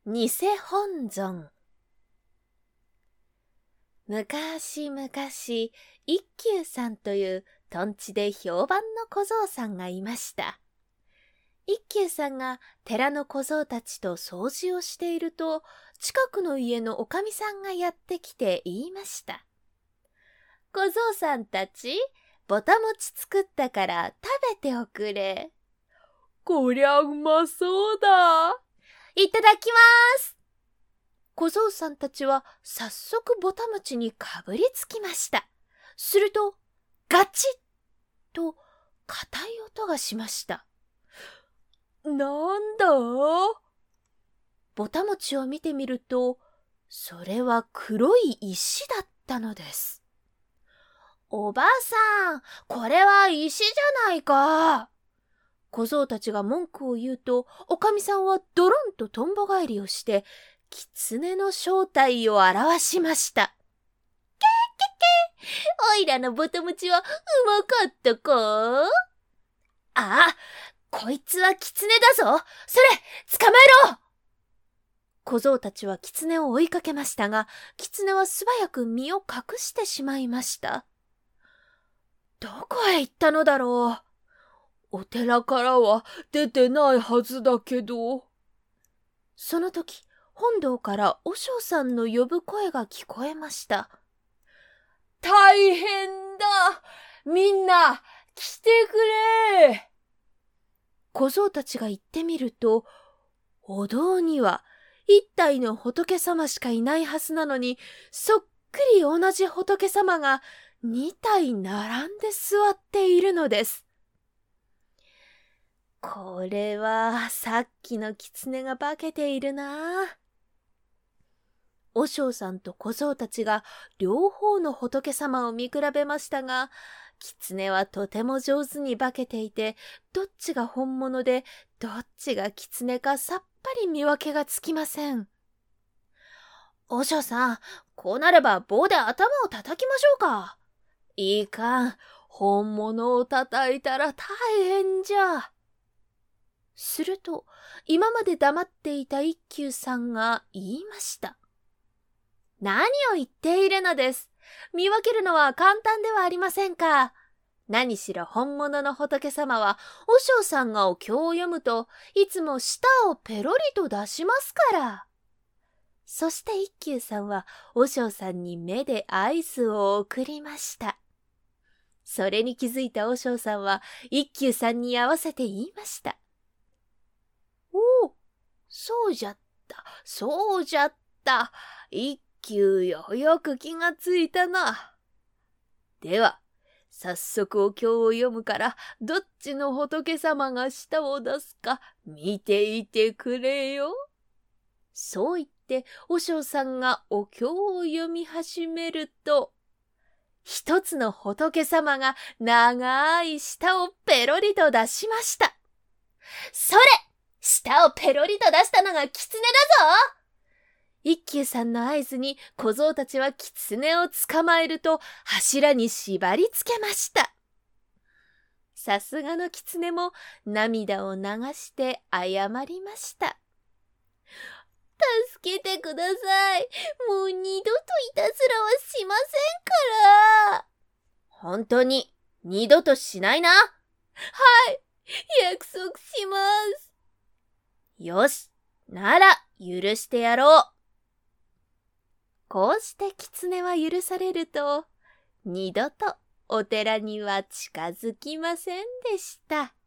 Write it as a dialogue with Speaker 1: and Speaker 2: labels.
Speaker 1: 偽本尊。昔々、一休さんというとんちで評判の小僧さんがいました。一休さんが寺の小僧たちと掃除をしていると、近くの家のおかみさんがやってきて言いました。小僧さんたち、ぼたもち作ったから食べておくれ。
Speaker 2: こりゃうまそうだ。
Speaker 1: いただきます。小僧さんたちは早速ぼたもちにかぶりつきました。すると、ガチッと硬い音がしました。
Speaker 2: なんだ？
Speaker 1: ぼたもちを見てみると、それは黒い石だったのです。おばさん、これは石じゃないか。小僧たちが文句を言うと、おかみさんはドロンととんぼ返りをして、狐の正体を表しました。けけけ、おいらのぼたもちはうまかったか？あ、こいつは狐だぞ。それ、捕まえろ！小僧たちは狐を追いかけましたが、狐は素早く身を隠してしまいました。どこへ行ったのだろう。
Speaker 2: お寺からは出てないはずだけど。
Speaker 1: その時、本堂から和尚さんの呼ぶ声が聞こえました。
Speaker 2: 大変だ！みんな、来てくれ！
Speaker 1: 小僧たちが行ってみると、お堂には一体の仏様しかいないはずなのに、そっくり同じ仏様が2体並んで座っているのです。これはさっきの狐が化けているな。和尚さんと小僧たちが両方の仏様を見比べましたが、狐はとても上手に化けていて、どっちが本物でどっちが狐かさっぱり見分けがつきません。和尚さん、こうなれば棒で頭を叩きましょうか。
Speaker 2: いかん、本物を叩いたら大変じゃ。
Speaker 1: すると、今まで黙っていた一休さんが言いました。何を言っているのです。見分けるのは簡単ではありませんか。何しろ本物の仏様は、和尚さんがお経を読むと、いつも舌をペロリと出しますから。そして一休さんは、和尚さんに目で合図を送りました。それに気づいた和尚さんは、一休さんに合わせて言いました。おお、そうじゃった、そうじゃった。一休よく気がついたな。では、早速お経を読むから、どっちの仏様が舌を出すか見ていてくれよ。そう言って、和尚さんがお経を読み始めると、一つの仏様が長い舌をペロリと出しました。それ！舌をペロリと出したのが狐だぞ！一休さんの合図に小僧たちは狐を捕まえると柱に縛り付けました。さすがの狐も涙を流して謝りました。助けてください。もう二度といたずらはしませんから。本当に二度としないな。はい、約束します。よし、なら許してやろう。こうして狐は許されると、二度とお寺には近づきませんでした。